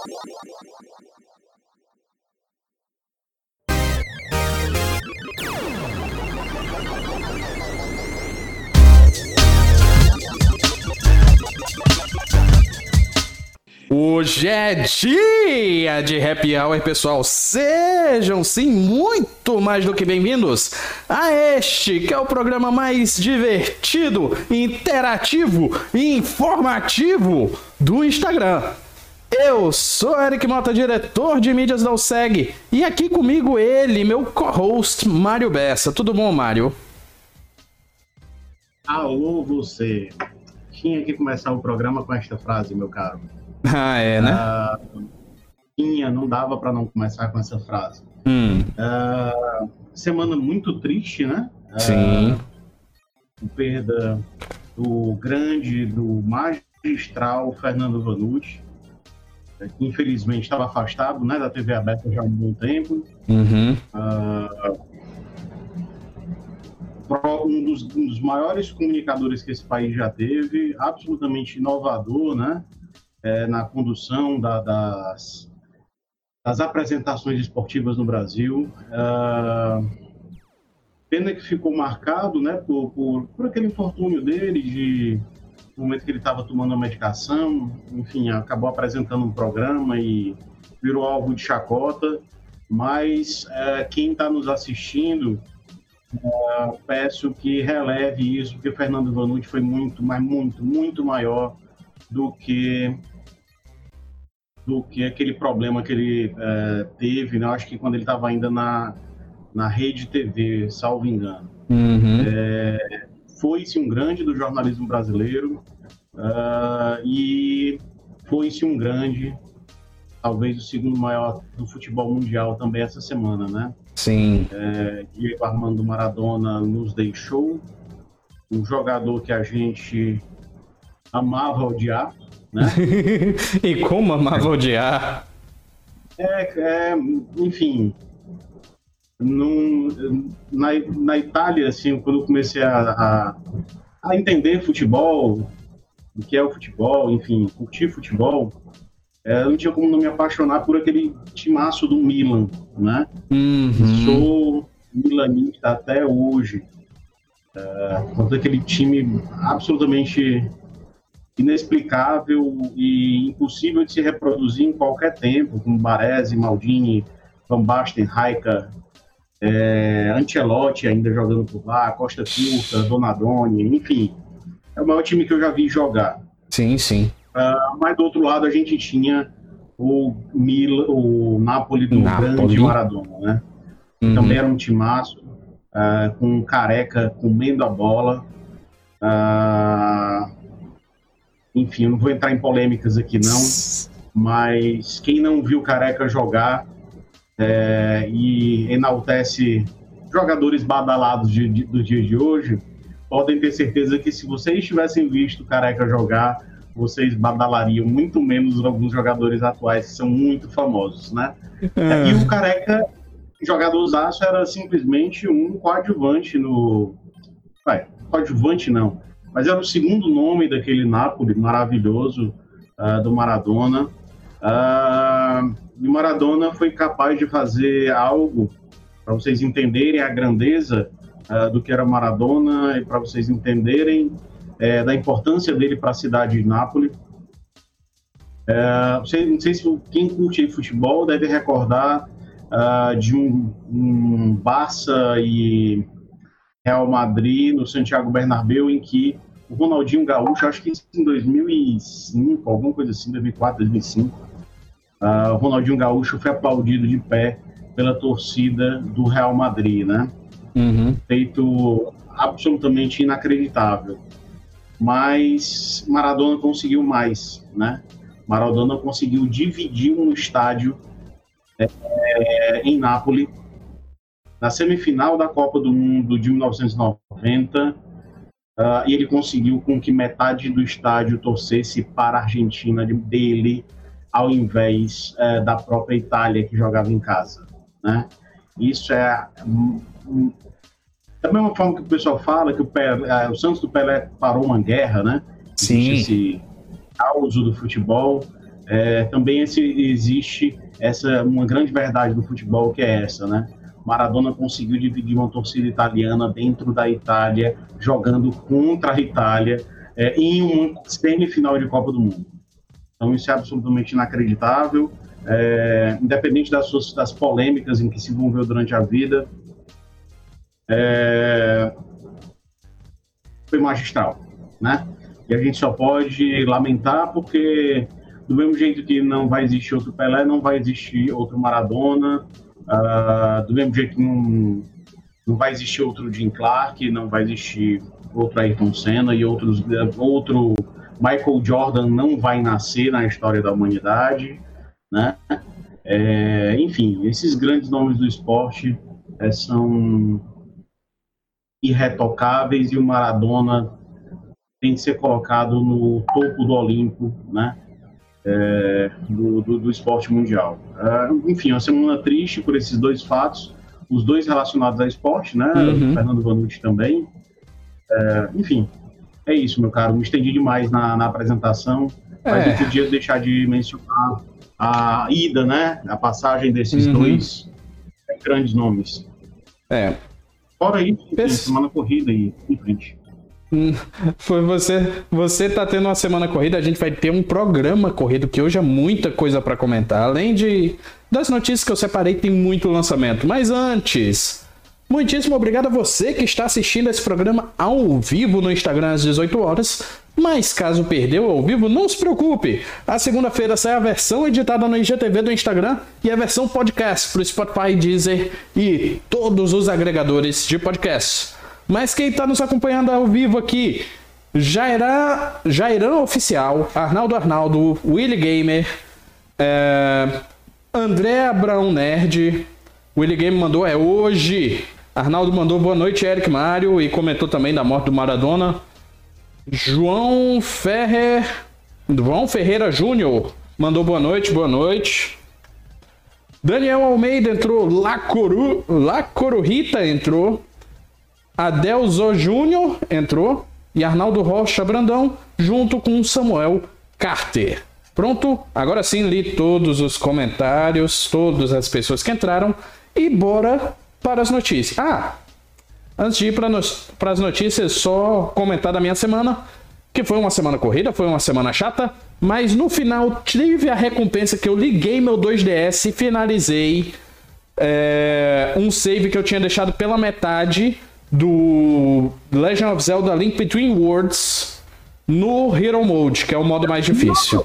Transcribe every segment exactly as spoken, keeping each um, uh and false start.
Hoje é dia de Happy Hour, pessoal. Sejam sim muito mais do que bem-vindos a este que é o programa mais divertido, interativo e informativo do Instagram. Eu sou Eric Mota, diretor de mídias da U S E G, e aqui comigo ele, meu co-host Mário Bessa. Tudo bom, Mário? Alô, você. Tinha que começar o programa com esta frase, meu caro. Ah, é, né? Uh, tinha, não dava para não começar com essa frase. Hum. Uh, semana muito triste, né? Uh, Sim. Perda do grande, do magistral Fernando Vanucci, que infelizmente estava afastado, né, da T V aberta já há um bom tempo. Uhum. Uh, um, dos, um dos maiores comunicadores que esse país já teve, absolutamente inovador, né? É, na condução da, das, das apresentações esportivas no Brasil. Uh, pena que ficou marcado, né, por, por, por aquele infortúnio dele, de, no momento que ele estava tomando a medicação, enfim, acabou apresentando um programa e virou alvo de chacota, mas uh, quem está nos assistindo, uh, peço que releve isso, porque Fernando Vanucci foi muito, mas muito, muito maior do que do que aquele problema que ele é, teve, né? Acho que quando ele estava ainda na, na Rede T V, salvo engano. Uhum. É, foi-se um grande do jornalismo brasileiro uh, e foi-se um grande, talvez o segundo maior do futebol mundial também essa semana, né? Sim. É, Diego Armando Maradona nos deixou, um jogador que a gente amava odiar, né? E como amava odiar? É, é, enfim, num, na, na Itália, assim, quando eu comecei a, a, a entender futebol, o que é o futebol, enfim, curtir futebol, é, eu não tinha como não me apaixonar por aquele timaço do Milan, né? Uhum. Sou milanista até hoje, é, contra aquele time absolutamente inexplicável e impossível de se reproduzir em qualquer tempo, com Baresi, Maldini, Van Basten, Rijkaard, é, Ancelotti ainda jogando por lá, Costa Curta, Donadoni, enfim, é o maior time que eu já vi jogar. Sim, sim. Uh, mas do outro lado a gente tinha o, Mil, o Napoli do Napoli. grande Maradona, né? Uhum. Também era um timaço, uh, com um Careca comendo a bola. Uh, Enfim, eu não vou entrar em polêmicas aqui, não, mas quem não viu Careca jogar é, e enaltece jogadores badalados de, de, do dia de hoje, podem ter certeza que se vocês tivessem visto Careca jogar, vocês badalariam muito menos alguns jogadores atuais que são muito famosos, né? É. E o Careca, jogadorzaço, era simplesmente um coadjuvante no... Ué, coadjuvante não. Mas era o segundo nome daquele Napoli maravilhoso uh, do Maradona. Uh, e o Maradona foi capaz de fazer algo, para vocês entenderem a grandeza uh, do que era Maradona e para vocês entenderem uh, da importância dele para a cidade de Nápoles. Uh, não sei, não sei se quem curte futebol deve recordar uh, de um, um Barça e Real Madrid no Santiago Bernabéu, em que o Ronaldinho Gaúcho, acho que em dois mil e cinco, alguma coisa assim, dois mil e quatro, dois mil e cinco, uh, o Ronaldinho Gaúcho foi aplaudido de pé pela torcida do Real Madrid, né? Uhum. Feito absolutamente inacreditável. Mas Maradona conseguiu mais, né? Maradona conseguiu dividir um estádio é, em Nápoles. Na semifinal da Copa do Mundo de mil novecentos e noventa, uh, e ele conseguiu com que metade do estádio torcesse para a Argentina dele, ao invés uh, da própria Itália, que jogava em casa, né? Isso é um, um, da mesma forma que o pessoal fala que o, Pelé, uh, o Santos do Pelé parou uma guerra, né? Sim. Esse caos do futebol. é, também esse, existe essa, uma grande verdade do futebol, que é essa, né? Maradona conseguiu dividir uma torcida italiana dentro da Itália, jogando contra a Itália, é, em uma semifinal de Copa do Mundo. Então isso é absolutamente inacreditável, é, independente das, suas, das polêmicas em que se envolveu durante a vida, é, foi magistral, né? E a gente só pode lamentar porque, do mesmo jeito que não vai existir outro Pelé, não vai existir outro Maradona, uh, do mesmo jeito que não, não vai existir outro Jim Clark, não vai existir outro Ayrton Senna e outros, outro Michael Jordan não vai nascer na história da humanidade, né? É, enfim, esses grandes nomes do esporte é, são irretocáveis e o Maradona tem que ser colocado no topo do Olimpo, né? É, do, do, do esporte mundial. É, enfim, é uma semana triste por esses dois fatos, os dois relacionados ao esporte, né? Uhum. Fernando Vanucci também. É, enfim, é isso, meu caro. Me estendi demais na, na apresentação, mas é. eu podia deixar de mencionar a ida, né? A passagem desses uhum. dois grandes nomes. É. Fora isso, Pes... semana corrida e em frente. Foi você, você tá tendo uma semana corrida, a gente vai ter um programa corrido, que hoje é muita coisa para comentar, além de das notícias que eu separei, tem muito lançamento. Mas antes, muitíssimo obrigado a você que está assistindo esse programa ao vivo no Instagram às dezoito horas, mas caso perdeu ao vivo, não se preocupe, a segunda-feira sai a versão editada no I G T V do Instagram e a versão podcast pro Spotify, Deezer e todos os agregadores de podcasts. Mas quem está nos acompanhando ao vivo aqui, Jairã, Jairã Oficial, Arnaldo Arnaldo, Willy Gamer, é, André Abrão Nerd, Willy Gamer mandou é hoje, Arnaldo mandou boa noite, Eric Mário, e comentou também da morte do Maradona. João Ferrer, João Ferreira Júnior mandou boa noite, boa noite. Daniel Almeida entrou, Lacoru, Lacorurita entrou. Adelzo Júnior entrou e Arnaldo Rocha Brandão junto com Samuel Carter. Pronto, agora sim li todos os comentários, todas as pessoas que entraram e bora para as notícias. Ah, antes de ir para nos, as notícias, só comentar da minha semana, que foi uma semana corrida, foi uma semana chata, mas no final tive a recompensa que eu liguei meu dois D S e finalizei é, um save que eu tinha deixado pela metade do Legend of Zelda Link Between Worlds no Hero Mode, que é o modo mais difícil.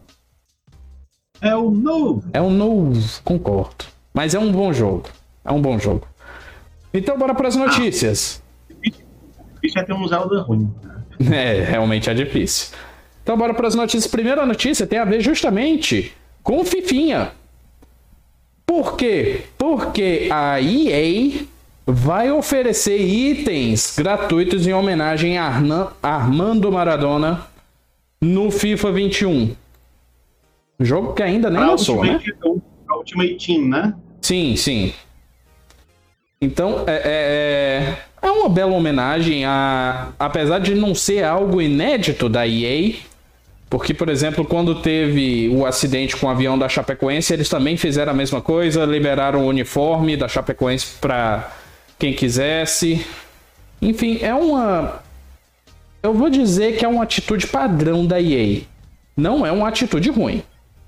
É o novo. É um novo, concordo. Mas é um bom jogo. É um bom jogo. Então bora para as notícias. Ah, difícil é ter um Zelda ruim. É, realmente é difícil. Então bora para as notícias. Primeira notícia tem a ver justamente com Fifinha. Por quê? Porque a E A vai oferecer itens gratuitos em homenagem a Arna- Armando Maradona no FIFA vinte e um. Jogo que ainda nem lançou, né? A Ultimate Team, né? Sim, sim. Então, é, é, é uma bela homenagem, a, apesar de não ser algo inédito da E A, porque, por exemplo, quando teve o acidente com o avião da Chapecoense, eles também fizeram a mesma coisa, liberaram o uniforme da Chapecoense para quem quisesse. Enfim, é uma... Eu vou dizer que é uma atitude padrão da E A. Não é uma atitude ruim.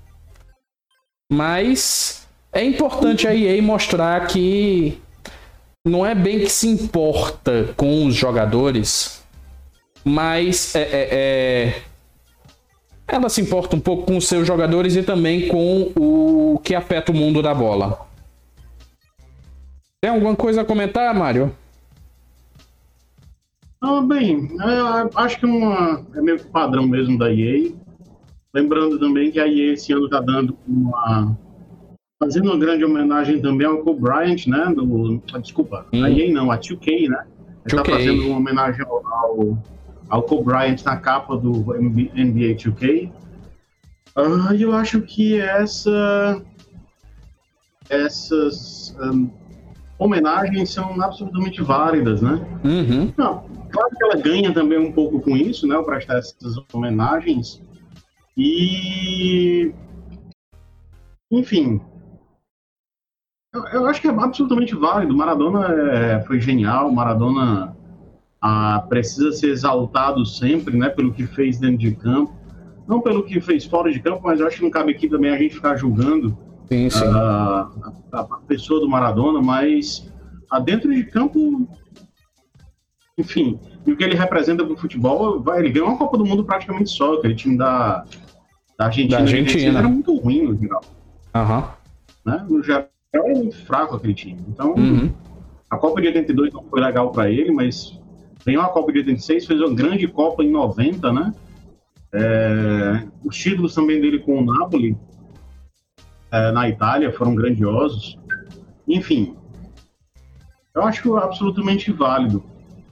Mas é importante a E A mostrar que não é bem que se importa com os jogadores, mas é, é, é... ela se importa um pouco com os seus jogadores e também com o que afeta o mundo da bola. Tem alguma coisa a comentar, Mário? Ah, bem, eu acho que é, uma, é meio que padrão mesmo da E A. Lembrando também que a E A esse ano está dando uma... fazendo uma grande homenagem também ao Kobe Bryant, né? Do, desculpa, hum. a E A não, a dois K, né? Está fazendo uma homenagem ao, ao, ao Kobe Bryant na capa do N B A dois K. Ah, eu acho que essa... essas... Um, homenagens são absolutamente válidas, né? Uhum. Não, claro que ela ganha também um pouco com isso, né? Para prestar essas homenagens, E... Enfim... Eu, eu acho que é absolutamente válido. Maradona é, foi genial. Maradona ah, precisa ser exaltado sempre, né, pelo que fez dentro de campo. Não pelo que fez fora de campo, mas eu acho que não cabe aqui também a gente ficar julgando sim, sim. A, a, a pessoa do Maradona, mas ah, dentro de campo, enfim, e o que ele representa para o futebol, vai, ele ganhou uma Copa do Mundo praticamente só. Aquele time da, da Argentina, da Argentina. era muito ruim no geral. Uhum. Né? No geral, era muito fraco aquele time. Então, uhum. a Copa de oitenta e dois não foi legal para ele, mas ganhou a Copa de oitenta e seis, fez uma grande Copa em noventa, né? É, os títulos também dele com o Napoli, é, na Itália, foram grandiosos. Enfim, eu acho absolutamente válido.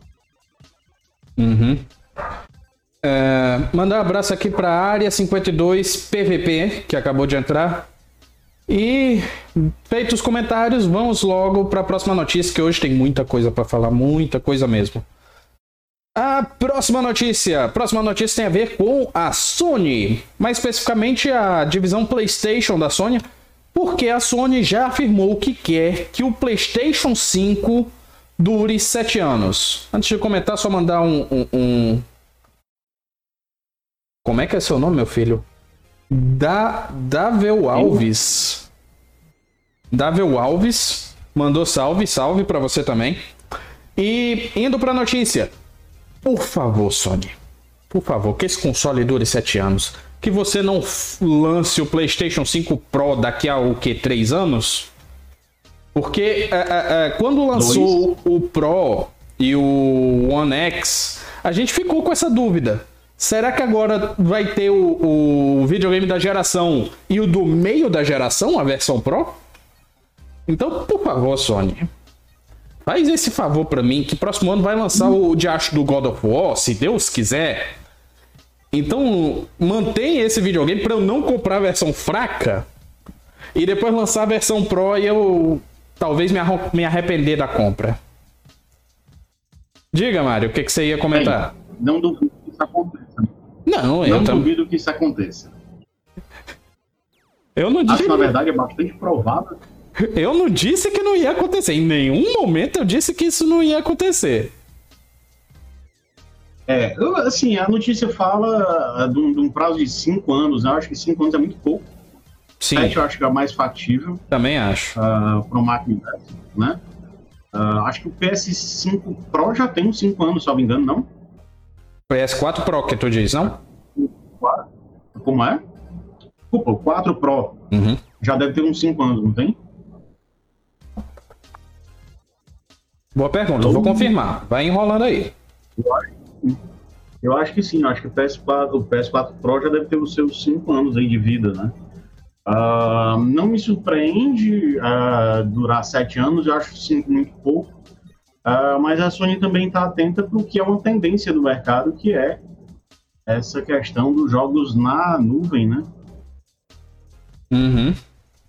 Uhum. É, mandar um abraço aqui para a Área cinquenta e dois P V P, que acabou de entrar. E, feitos os comentários, vamos logo para a próxima notícia, que hoje tem muita coisa para falar, muita coisa mesmo. A próxima notícia, a próxima notícia tem a ver com a Sony, mais especificamente a divisão PlayStation da Sony, porque a Sony já afirmou que quer que o PlayStation cinco dure sete anos. Antes de comentar, só mandar um, um, um... Como é que é seu nome, meu filho? Da... Davel Alves. Davel Alves mandou salve, salve pra você também. E indo pra notícia. Por favor, Sony. Por favor, que esse console dure sete anos. Que você não lance o PlayStation cinco Pro daqui a o que, três anos? Porque é, é, é, quando lançou Dois. o Pro e o One X, a gente ficou com essa dúvida. Será que agora vai ter o, o videogame da geração e o do meio da geração, a versão Pro? Então, por favor, Sony, faz esse favor pra mim, que próximo ano vai lançar o diacho do God of War, se Deus quiser. Então, mantém esse videogame pra eu não comprar a versão fraca e depois lançar a versão Pro e eu talvez me, arro- me arrepender da compra. Diga, Mário, o que, que você ia comentar? Bem, não duvido que isso aconteça. Não, eu não tam... duvido que isso aconteça. Eu não Acho disse... que, na verdade, é bastante provável. Eu não disse que não ia acontecer. Em nenhum momento eu disse que isso não ia acontecer. É, eu, assim, a notícia fala de um, de um prazo de cinco anos. Eu acho que cinco anos é muito pouco. Sim. sete eu acho que é mais factível. Também acho. Uh, para o máquina, né? Uh, acho que o P S cinco Pro já tem uns cinco anos, se não me engano, não? P S quatro Pro que tu diz, não? Como é? Desculpa, o quatro Pro uhum. já deve ter uns cinco anos, não tem? Boa pergunta, eu vou confirmar. Vai enrolando aí. Eu acho, eu acho que sim, eu acho que o P S quatro, o P S quatro Pro já deve ter os seus cinco anos aí de vida, né? Uh, não me surpreende uh, durar sete anos, eu acho cinco muito pouco. Uh, mas a Sony também está atenta para o que é uma tendência do mercado, que é essa questão dos jogos na nuvem, né? Uhum.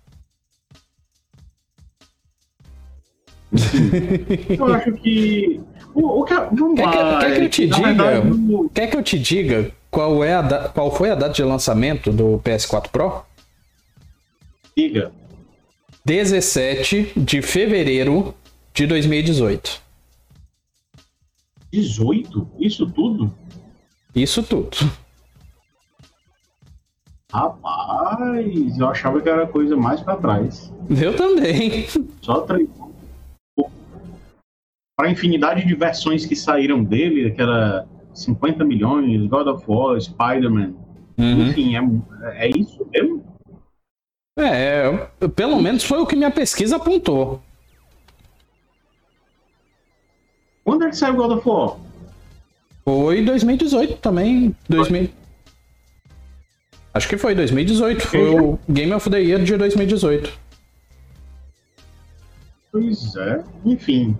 Eu acho que... O, o que vamos quer, lá, quer, quer que eu te diga? Verdade, o... Quer que eu te diga qual, é a da... qual foi a data de lançamento do P S quatro Pro? Diga. dezessete de fevereiro de dois mil e dezoito. dezoito? Isso tudo? Isso tudo. Rapaz, eu achava que era coisa mais pra trás. Eu também. Só três. Para a infinidade de versões que saíram dele, que era cinquenta milhões, God of War, Spider-Man. Uhum. Enfim, é, é isso mesmo? É, pelo menos foi o que minha pesquisa apontou. Quando é que saiu God of War? Foi dois mil e dezoito também. dois mil... Acho que foi dois mil e dezoito. Foi o Game of the Year de dois mil e dezoito. Pois é, enfim.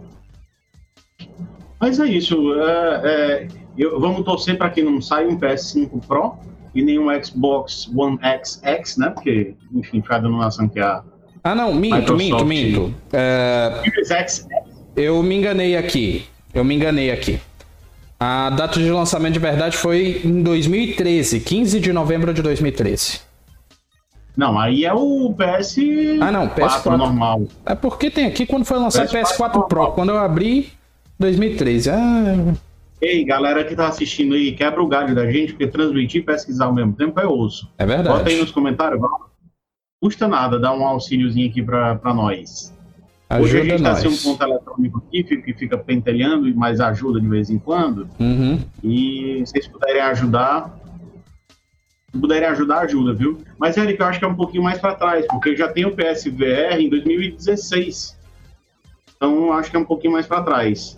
Mas é isso. É, é, eu, vamos torcer para que não saia um P S cinco Pro e nenhum Xbox One X X, né? Porque, enfim, foi a denominação que a. Ah, não, minto, Microsoft... minto, minto. É... Eu me enganei aqui. Eu me enganei aqui. A data de lançamento de verdade foi em dois mil e treze, quinze de novembro de dois mil e treze. Não, aí é o P S Ah, não, P S quatro normal. É porque tem aqui quando foi lançado P S quatro, P S quatro Pro. Quando eu abri, dois mil e treze. Ah... Ei, galera que tá assistindo aí, quebra o galho da gente, porque transmitir e pesquisar ao mesmo tempo é osso. É verdade. Bota aí nos comentários, não custa nada dar um auxíliozinho aqui pra, pra nós. Ajuda. Hoje a gente nós. tá sem um ponto eletrônico aqui, que fica pentelhando, mas ajuda de vez em quando. Uhum. E se vocês puderem ajudar, se puderem ajudar, ajuda, viu? Mas, Eric, eu acho que é um pouquinho mais pra trás, porque já tem o P S V R em dois mil e dezesseis. Então, acho que é um pouquinho mais pra trás.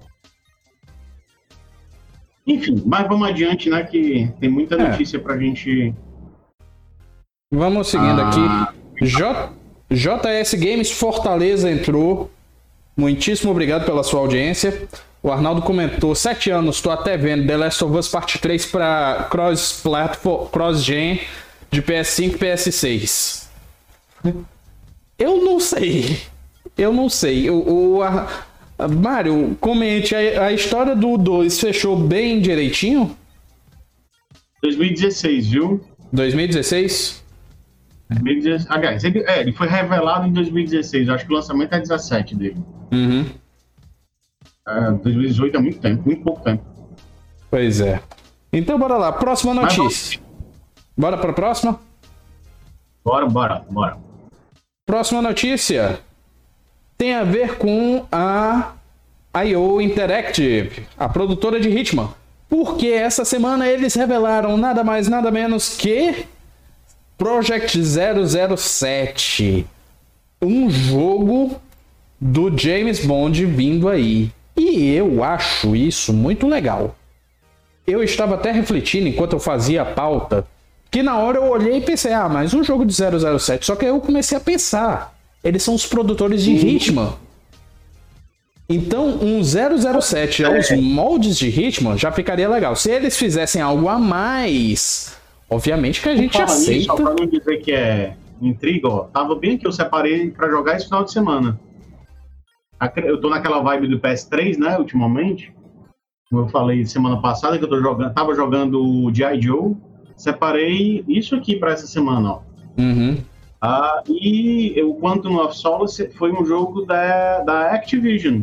Enfim, mas vamos adiante, né? Que tem muita notícia é. pra gente. Vamos seguindo ah. aqui. J... JS Games Fortaleza entrou. Muitíssimo obrigado pela sua audiência. O Arnaldo comentou: sete anos, tô até vendo The Last of Us Parte três para cross-platform, cross-gen de P S cinco e P S seis. Eu não sei. Eu não sei. O. o a... Mário, comente, a, a história do dois fechou bem direitinho? dois mil e dezesseis, viu? dois mil e dezesseis? dois mil e dezesseis. Aliás, ele, é, ele foi revelado em dois mil e dezesseis, acho que o lançamento é dezessete dele. Uhum. É, dois mil e dezoito é muito tempo, muito pouco tempo. Pois é. Então bora lá, próxima notícia. Bora para a próxima? Bora, bora, bora. Próxima notícia tem a ver com a I O Interactive, a produtora de Hitman. Porque essa semana eles revelaram nada mais, nada menos que Project zero zero sete. Um jogo do James Bond vindo aí. E eu acho isso muito legal. Eu estava até refletindo enquanto eu fazia a pauta, que na hora eu olhei e pensei, ah, mas um jogo de zero zero sete. Só que aí eu comecei a pensar, eles são os produtores de Hitman. Então, um zero zero sete aos moldes de Hitman já ficaria legal. Se eles fizessem algo a mais, obviamente que a gente aceita. Nisso, só pra não dizer que é intriga, ó, tava bem que eu separei pra jogar esse final de semana. Eu tô naquela vibe do P S três, né, ultimamente. Como eu falei semana passada, que eu tô jogando, tava jogando o G I. Joe. Separei isso aqui pra essa semana, ó. Uhum. Ah, e o Quantum of Solace foi um jogo da, da Activision.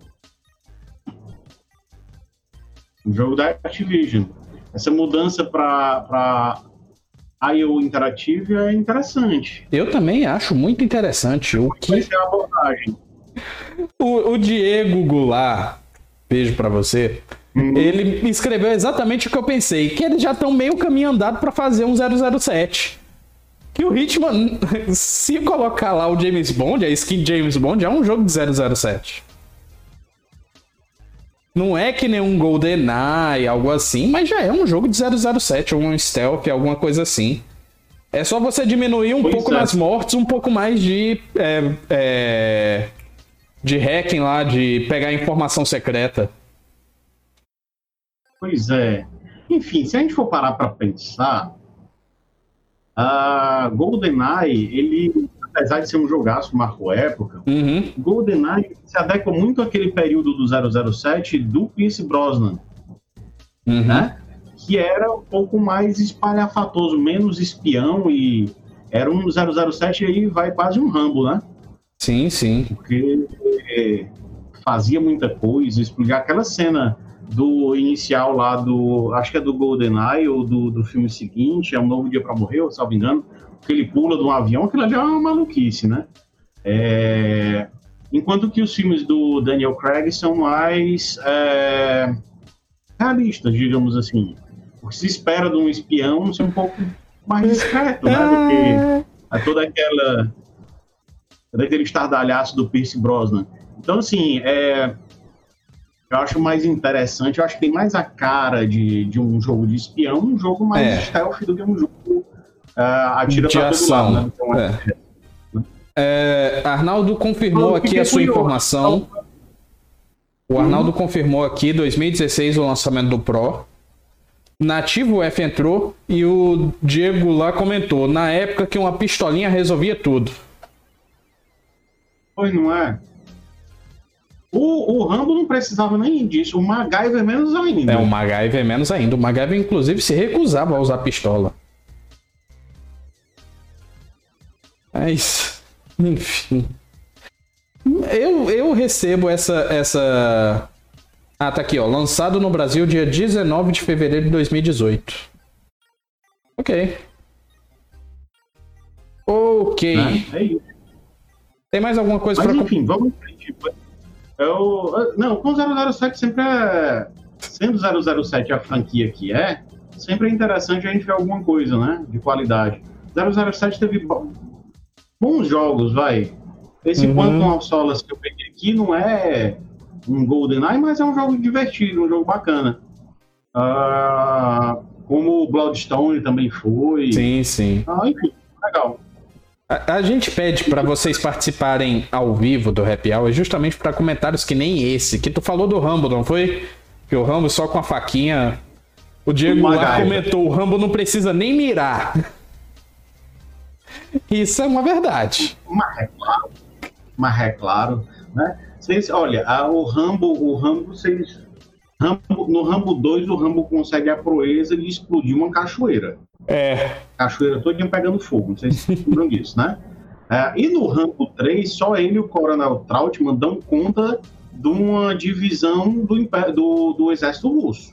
Um jogo da Activision. Essa mudança para I O Interactive é interessante. Eu também acho muito interessante. O que... Vai ser a abordagem. O, o Diego Goulart, beijo pra você, hum. ele escreveu exatamente o que eu pensei, que eles já estão meio caminho andado para fazer um zero zero sete. Que o Hitman, se colocar lá o James Bond, a skin de James Bond, é um jogo de zero zero sete. Não é que nem um GoldenEye, algo assim, mas já é um jogo de zero zero sete, ou um stealth, alguma coisa assim. É só você diminuir um pois pouco é. nas mortes, um pouco mais de... É, é, de hacking lá, de pegar informação secreta. Pois é. Enfim, se a gente for parar para pensar, a GoldenEye, ele, apesar de ser um jogaço que marcou época, uhum. GoldenEye se adequa muito àquele período do zero zero sete do Pierce Brosnan, uhum. né? Que era um pouco mais espalhafatoso, menos espião, e era um zero zero sete aí vai quase um Rambo, né? Sim, sim. Porque é, fazia muita coisa, explicar aquela cena do inicial lá do, acho que é do GoldenEye ou do, do filme seguinte, é Um Novo Dia para Morrer, se não me engano, que ele pula de um avião, aquilo ali é uma maluquice, né? É, enquanto que os filmes do Daniel Craig são mais é, realistas, digamos assim. O que se espera de um espião ser um pouco mais discreto, né? Do que toda aquela daquele estardalhaço do Pierce Brosnan. Então, assim, é, eu acho mais interessante, eu acho que tem mais a cara de, de um jogo de espião, um jogo mais é. stealth do que um jogo uh, atira de pra ação. todo lado, né? Então, é. É, Arnaldo confirmou aqui a sua informação. O Arnaldo hum. confirmou aqui, dois mil e dezesseis, o lançamento do Pro. Nativo F entrou e o Diego lá comentou, na época que uma pistolinha resolvia tudo. Pois não é? O, o Rambo não precisava nem disso, o MacGyver menos ainda. É, o MacGyver menos ainda. O MacGyver, inclusive, se recusava a usar pistola. Mas, enfim. Eu, eu recebo essa, essa... Ah, tá aqui, ó. Lançado no Brasil dia dezenove de fevereiro de dois mil e dezoito. Ok. Ok. Né? É isso. Tem mais alguma coisa Mas, pra... enfim, vamos... Eu, não, com zero zero sete sempre é... Sendo zero zero sete a franquia que é, sempre é interessante a gente ver alguma coisa, né? De qualidade. zero zero sete teve bons jogos, vai. Esse Uhum. Quantum of Solace que eu peguei aqui não é um GoldenEye, mas é um jogo divertido, um jogo bacana. Uh, como o Bloodstone também foi. Sim, sim. Ah, enfim, legal. A, a gente pede pra vocês participarem ao vivo do Happy Hour justamente pra comentários que nem esse, que tu falou do Rambo, não foi? Que o Rambo só com a faquinha... O Diego lá comentou, o Rambo não precisa nem mirar. Isso é uma verdade. Mas é claro, mas é claro, né? Vocês, olha, a, o Rambo, o Rambo, vocês, Rambo, no Rambo dois, o Rambo consegue a proeza de explodir uma cachoeira. É. Cachoeira todinha pegando fogo, não sei se vocês lembram disso, né? É, e no Rambo três, só ele e o Coronel Trautmann dão conta de uma divisão do, do, do exército russo.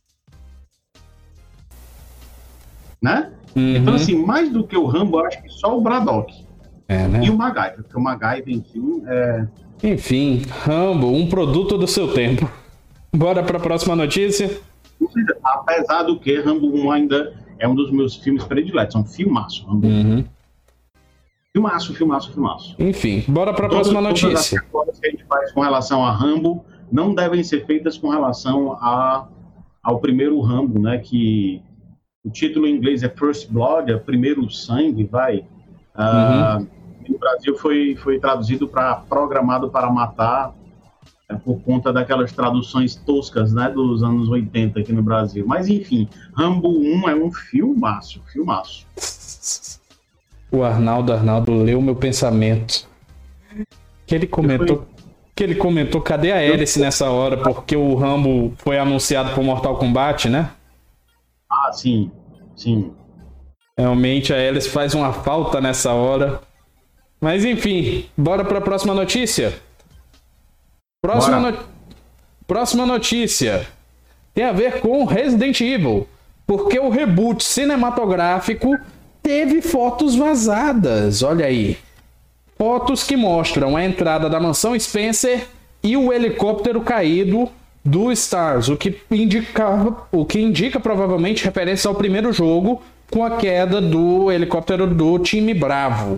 Né? Uhum. Então, assim, mais do que o Rambo, eu acho que só o Braddock. É, né? E o MacGyver, porque o MacGyver, enfim, é... Enfim, Rambo, um produto do seu tempo. Bora pra próxima notícia? Apesar do que, Rambo um ainda é um dos meus filmes prediletos. É um filmaço, Rambo. Uhum. Filmaço, filmaço, filmaço. Enfim, bora pra todas, próxima notícia. Todas as coisas que a gente faz com relação a Rambo não devem ser feitas com relação a, ao primeiro Rambo, né? Que o título em inglês é First Blood, é Primeiro Sangue, vai. Uhum. Uh, no Brasil foi, foi traduzido para Programado para Matar, é, por conta daquelas traduções toscas, né, dos anos oitenta aqui no Brasil. Mas enfim, Rambo um é um filmaço, filmaço. O Arnaldo, Arnaldo leu meu pensamento. Que ele comentou, que ele comentou, cadê a hélice nessa hora? Porque o Rambo foi anunciado por Mortal Kombat, né? Ah, sim, sim. Realmente a hélice faz uma falta nessa hora. Mas enfim, bora para a próxima notícia. Próxima, no... próxima notícia tem a ver com Resident Evil, porque o reboot cinematográfico teve fotos vazadas, olha aí. Fotos que mostram a entrada da mansão Spencer e o helicóptero caído do Stars, o que indica, o que indica provavelmente referência ao primeiro jogo com a queda do helicóptero do time Bravo.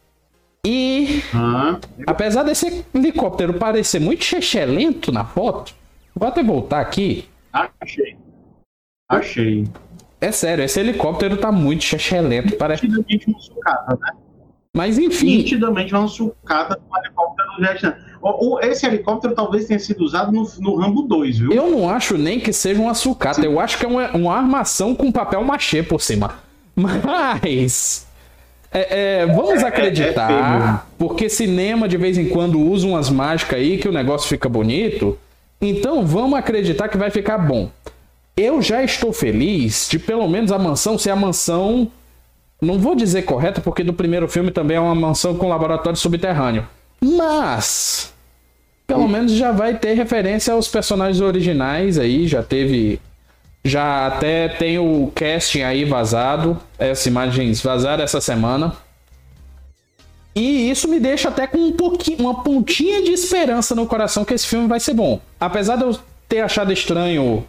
E uhum. apesar desse helicóptero parecer muito chechelento na foto, vou até voltar aqui. Achei. Achei. É sério, esse helicóptero tá muito chechelento. Parece... Nitidamente uma sucata, né? Mas enfim. Nitidamente uma sucata com um helicóptero jet. Esse helicóptero talvez tenha sido usado no, no Rambo dois, viu? Eu não acho nem que seja uma sucata. Eu acho que é uma, uma armação com papel machê por cima. Mas... É, é, vamos acreditar, é, é porque cinema de vez em quando usa umas mágicas aí que o negócio fica bonito. Então vamos acreditar que vai ficar bom. Eu já estou feliz de pelo menos a mansão ser a mansão, não vou dizer correta, porque do primeiro filme também é uma mansão com laboratório subterrâneo. Mas pelo menos já vai ter referência aos personagens originais aí, já teve... Já até tem o casting aí vazado, essas imagens vazaram essa semana. E isso me deixa até com um pouquinho, uma pontinha de esperança no coração que esse filme vai ser bom. Apesar de eu ter achado estranho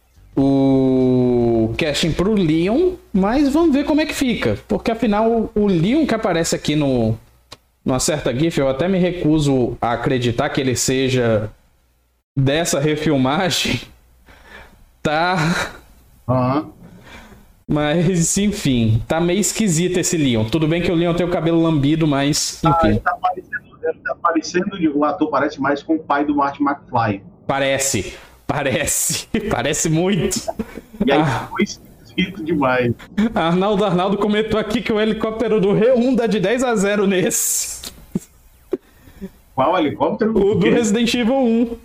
o casting pro Leon, mas vamos ver como é que fica. Porque afinal o Leon que aparece aqui no, no Acerta GIF, eu até me recuso a acreditar que ele seja dessa refilmagem. Tá. Uhum. Mas, enfim, tá meio esquisito esse Leon. Tudo bem que o Leon tem o cabelo lambido, mas, enfim. Ah, ele tá parecendo, ele tá parecendo, o ator parece mais com o pai do Marty McFly. Parece, parece, parece muito. E aí ah. ficou esquisito demais. Arnaldo Arnaldo comentou aqui que o helicóptero do R um dá de dez a zero nesse. Qual helicóptero? O do Resident Evil um.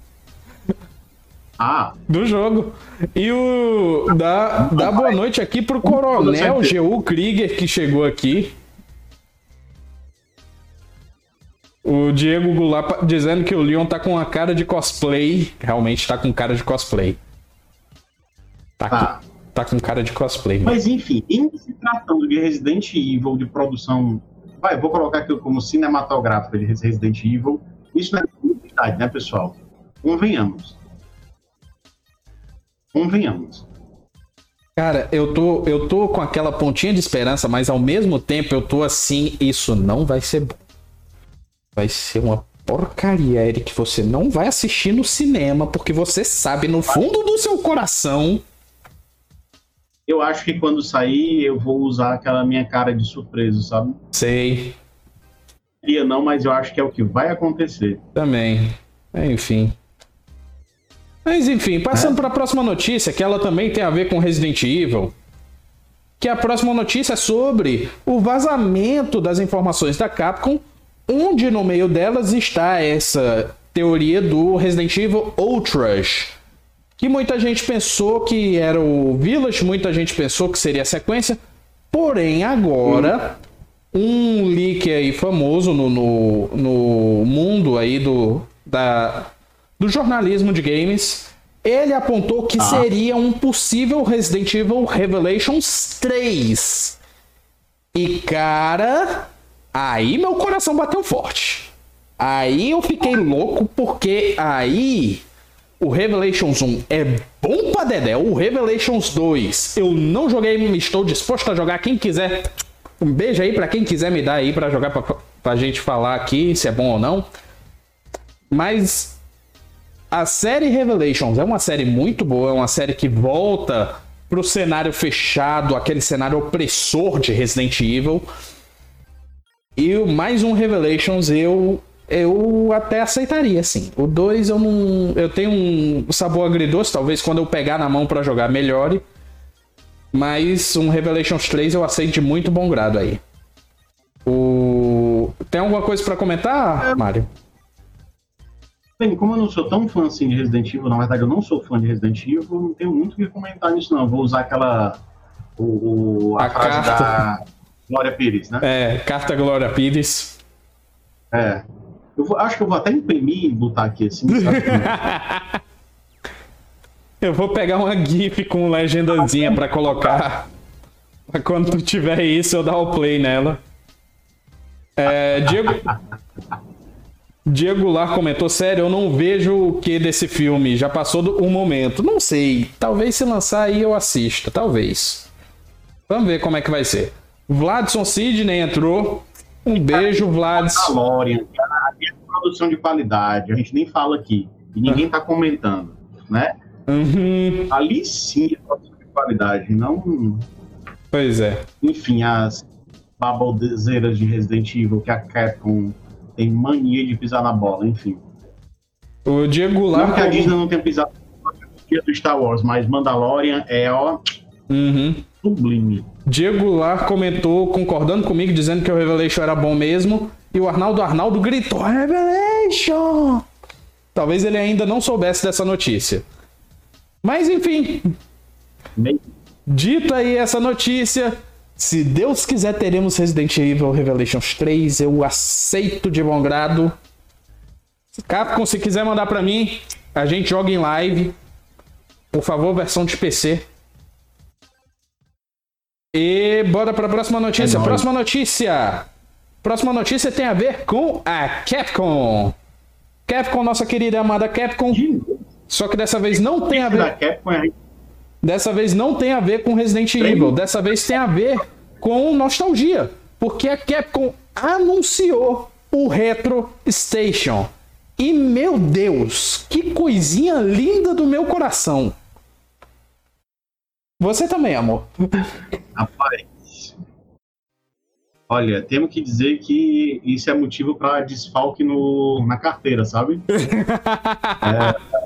Ah. Do jogo. E o... Dá, dá boa noite aqui pro Coronel G U Krieger, que chegou aqui. O Diego Goulart dizendo que o Leon tá com a cara de cosplay. Realmente tá com cara de cosplay. Tá, tá. Com, tá com cara de cosplay. Mas mesmo. Enfim, em se tratando de Resident Evil, de produção... Vai, vou colocar aqui como cinematográfica de Resident Evil. Isso não é novidade, né, pessoal? Convenhamos. Convenhamos. Cara, eu tô, eu tô com aquela pontinha de esperança, mas ao mesmo tempo eu tô assim, isso não vai ser bom. Vai ser uma porcaria, Eric. Você não vai assistir no cinema, porque você sabe no fundo do seu coração. Eu acho que quando sair eu vou usar aquela minha cara de surpresa, sabe? Sei. Eu não, mas eu acho que é o que vai acontecer. Também. Enfim. Mas enfim, passando é. para a próxima notícia, que ela também tem a ver com Resident Evil. Que a próxima notícia é sobre o vazamento das informações da Capcom, onde no meio delas está essa teoria do Resident Evil Outrage, que muita gente pensou que era o Village, muita gente pensou que seria a sequência, porém agora hum. um leak aí famoso no, no, no mundo aí do, da, do jornalismo de games, ele apontou que ah. seria um possível Resident Evil Revelations três. E cara... Aí meu coração bateu forte. Aí eu fiquei louco, porque aí o Revelations um é bom pra dedé. O Revelations dois eu não joguei, estou disposto a jogar. Quem quiser, um beijo aí pra quem quiser me dar aí pra jogar, pra, pra gente falar aqui se é bom ou não. Mas a série Revelations é uma série muito boa, é uma série que volta pro cenário fechado, aquele cenário opressor de Resident Evil. E mais um Revelations eu, eu até aceitaria, sim. O dois eu não... Eu tenho um sabor agridoce, talvez quando eu pegar na mão pra jogar melhore. Mas um Revelations três eu aceito de muito bom grado aí. O... Tem alguma coisa pra comentar, Mário? Bem, como eu não sou tão fã assim de Resident Evil, na verdade eu não sou fã de Resident Evil, não tenho muito o que comentar nisso não. Vou usar aquela... O, a, a frase carta. da... Glória Pires, né? É, carta Glória Pires. É. Eu vou, acho que eu vou até imprimir e botar aqui assim, sabe? Eu vou pegar uma GIF com legendazinha pra colocar. Pra quando tu tiver isso, eu dar o play nela. É, Diego... Diego Goulart comentou, sério, eu não vejo o que desse filme, já passou do, um momento. Não sei, talvez se lançar aí eu assista, talvez. Vamos ver como é que vai ser. Vladson Sidney entrou. Um beijo, Vlads. Mandalorian, a produção de qualidade, a gente nem fala aqui. E ninguém tá comentando, né? Uhum. Ali sim é produção de qualidade, não... Pois é. Enfim, as babaldezeiras de Resident Evil que a Capcom tem mania de pisar na bola, enfim. O Diego Goulart... Não que a Disney não tenha pisado do Star Wars, mas Mandalorian é, ó... Uhum. Sublime. Diego Goulart comentou, concordando comigo, dizendo que o Revelation era bom mesmo. E o Arnaldo Arnaldo gritou, Revelation! Talvez ele ainda não soubesse dessa notícia. Mas enfim. Meio. Dito aí essa notícia, se Deus quiser teremos Resident Evil Revelations três, eu aceito de bom grado. Capcom, se quiser mandar pra mim, a gente joga em live. Por favor, versão de P C. E bora para a próxima notícia. É próxima notícia. Próxima notícia tem a ver com a Capcom. Capcom, nossa querida e amada Capcom. Só que dessa vez não tem a ver. Dessa vez não tem a ver com Resident Evil. Dessa vez tem a ver com nostalgia. Porque a Capcom anunciou o Retro Station. E meu Deus, que coisinha linda do meu coração. Você também, amor. Rapaz, olha, temos que dizer que isso é motivo para desfalque no, na carteira, sabe? é,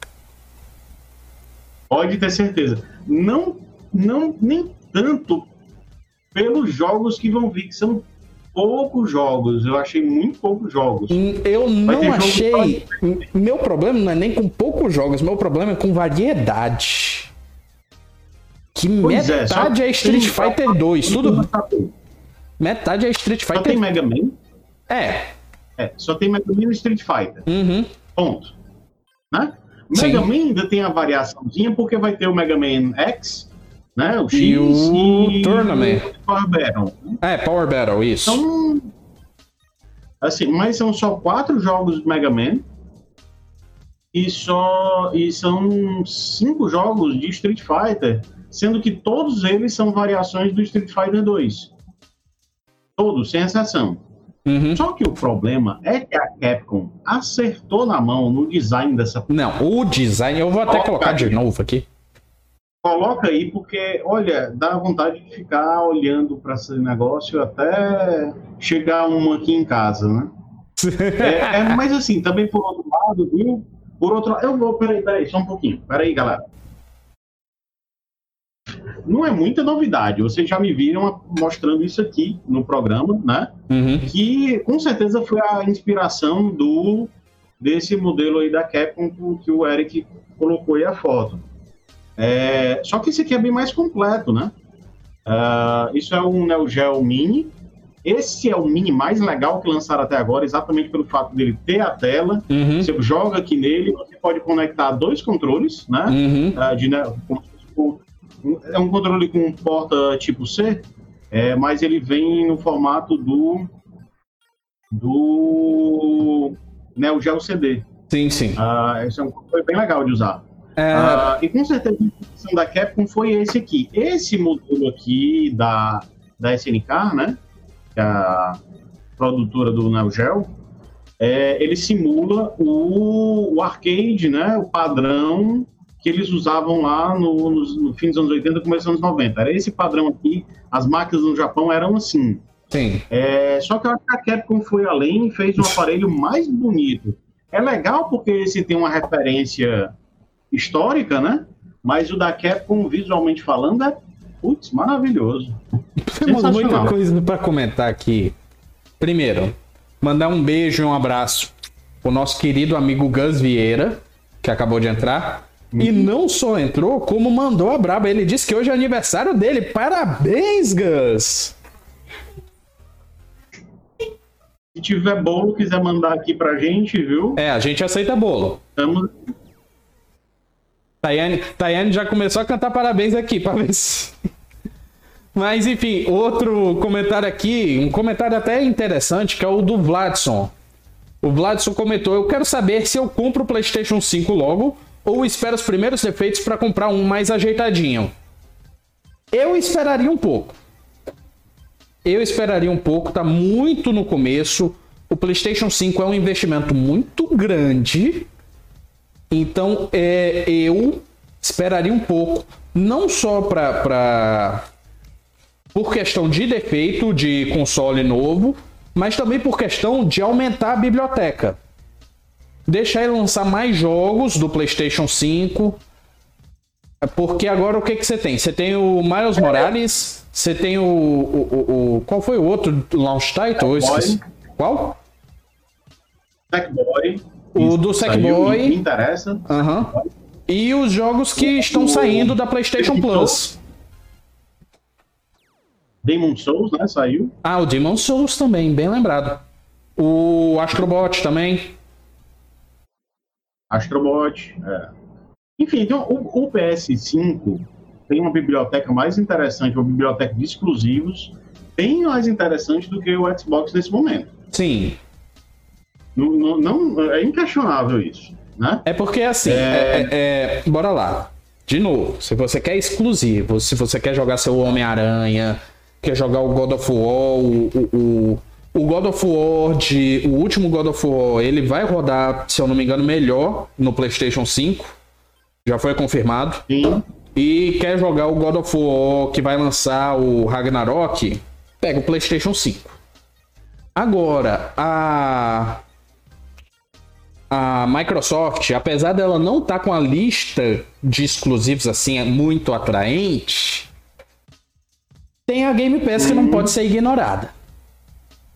pode ter certeza. Não, não, nem tanto pelos jogos que vão vir, que são poucos jogos, eu achei muito poucos jogos. Eu não achei... Meu problema não é nem com poucos jogos, meu problema é com variedade. Que pois metade é, é Street Fighter dois, tudo... Metade é Street Fighter... Só tem Mega Man? É. É, só tem Mega Man e Street Fighter. Uhum. Ponto. Né? Mega Man ainda tem a variaçãozinha, porque vai ter o Mega Man X, né? O X e o e Tournament. O Power Battle. É, Power Battle, isso. Então, assim, mas são só quatro jogos de Mega Man e, só, e são cinco jogos de Street Fighter, sendo que todos eles são variações do Street Fighter dois. Todos, sem exceção. Uhum. Só que o problema é que a Capcom acertou na mão no design dessa... Não, o design... Eu vou até coloca colocar aí. de novo aqui. Coloca aí, porque, olha, dá vontade de ficar olhando para esse negócio até chegar um aqui em casa, né? é, é, mas assim, também por outro lado, viu? Por outro lado... Eu vou... Peraí, peraí, só um pouquinho. Peraí, galera. Não é muita novidade, vocês já me viram mostrando isso aqui no programa, né? Uhum. Que com certeza foi a inspiração do, desse modelo aí da Capcom que o Eric colocou aí a foto. É, só que esse aqui é bem mais completo, né? Uh, isso é um Neo Geo Mini. Esse é o Mini mais legal que lançaram até agora, exatamente pelo fato dele ter a tela. Uhum. Você joga aqui nele, você pode conectar dois controles, né? Uhum. Uh, de, É um controle com porta tipo C, é, mas ele vem no formato do do Neo Geo C D. Sim, sim. Ah, esse é um controle bem legal de usar. É... Ah, e com certeza a intenção da Capcom foi esse aqui. Esse modelo aqui da, da S N K, né, que é a produtora do Neo Geo, é, ele simula o, o arcade, né, o padrão que eles usavam lá no, no, no fim dos anos oitenta, começo dos anos noventa. Era esse padrão aqui, as máquinas no Japão eram assim. Sim. É, só que eu acho que a Capcom foi além e fez um aparelho mais bonito. É legal porque esse tem uma referência histórica, né? Mas o da Capcom, visualmente falando, é, putz, maravilhoso. Temos muita coisa para comentar aqui. Primeiro, mandar um beijo e um abraço pro nosso querido amigo Gus Vieira, que acabou de entrar. E não só entrou, como mandou a braba. Ele disse que hoje é aniversário dele. Parabéns, Gus! Se tiver bolo, quiser mandar aqui pra gente, viu? É, a gente aceita bolo. Estamos... Tayane, Tayane já começou a cantar parabéns aqui, pra ver se... Mas, enfim, outro comentário aqui, um comentário até interessante, que é o do Vladson. O Vladson comentou: eu quero saber se eu compro o PlayStation cinco logo ou espero os primeiros defeitos para comprar um mais ajeitadinho. Eu esperaria um pouco. Eu esperaria um pouco, tá muito no começo. O PlayStation cinco é um investimento muito grande. Então, é, eu esperaria um pouco. Não só para... Pra... por questão de defeito de console novo, mas também por questão de aumentar a biblioteca. Deixar ele lançar mais jogos do PlayStation cinco. Porque agora o que, que você tem? Você tem o Miles Morales, você tem o, o, o, o... Qual foi o outro launch title? Qual? Sackboy. O do Sackboy. Me interessa. Uhum. E os jogos que estão saindo da PlayStation Plus. Demon Souls, né? Saiu. Ah, o Demon Souls também, bem lembrado. O Astrobot também. Astrobot, é. Enfim, então o, o P S cinco tem uma biblioteca mais interessante, uma biblioteca de exclusivos, bem mais interessante do que o Xbox nesse momento. Sim. Não, não, não, é inquestionável isso, né? É porque assim, é... É, é, bora lá. De novo, se você quer exclusivo, se você quer jogar seu Homem-Aranha, quer jogar o God of War, o, o, o God of War, de, o último God of War, ele vai rodar, se eu não me engano, melhor no PlayStation cinco. Já foi confirmado. Sim. E quer jogar o God of War que vai lançar o Ragnarok, pega o PlayStation cinco. Agora, a... a Microsoft, apesar dela não estar tá com a lista de exclusivos assim muito atraente, tem a Game Pass que não pode ser ignorada.